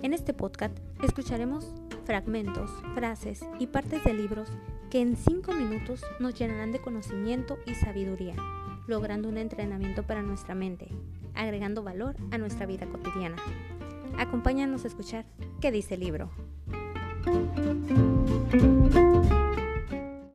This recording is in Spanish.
En este podcast escucharemos fragmentos, frases y partes de libros que en 5 minutos nos llenarán de conocimiento y sabiduría, logrando un entrenamiento para nuestra mente, agregando valor a nuestra vida cotidiana. Acompáñanos a escuchar qué dice el libro.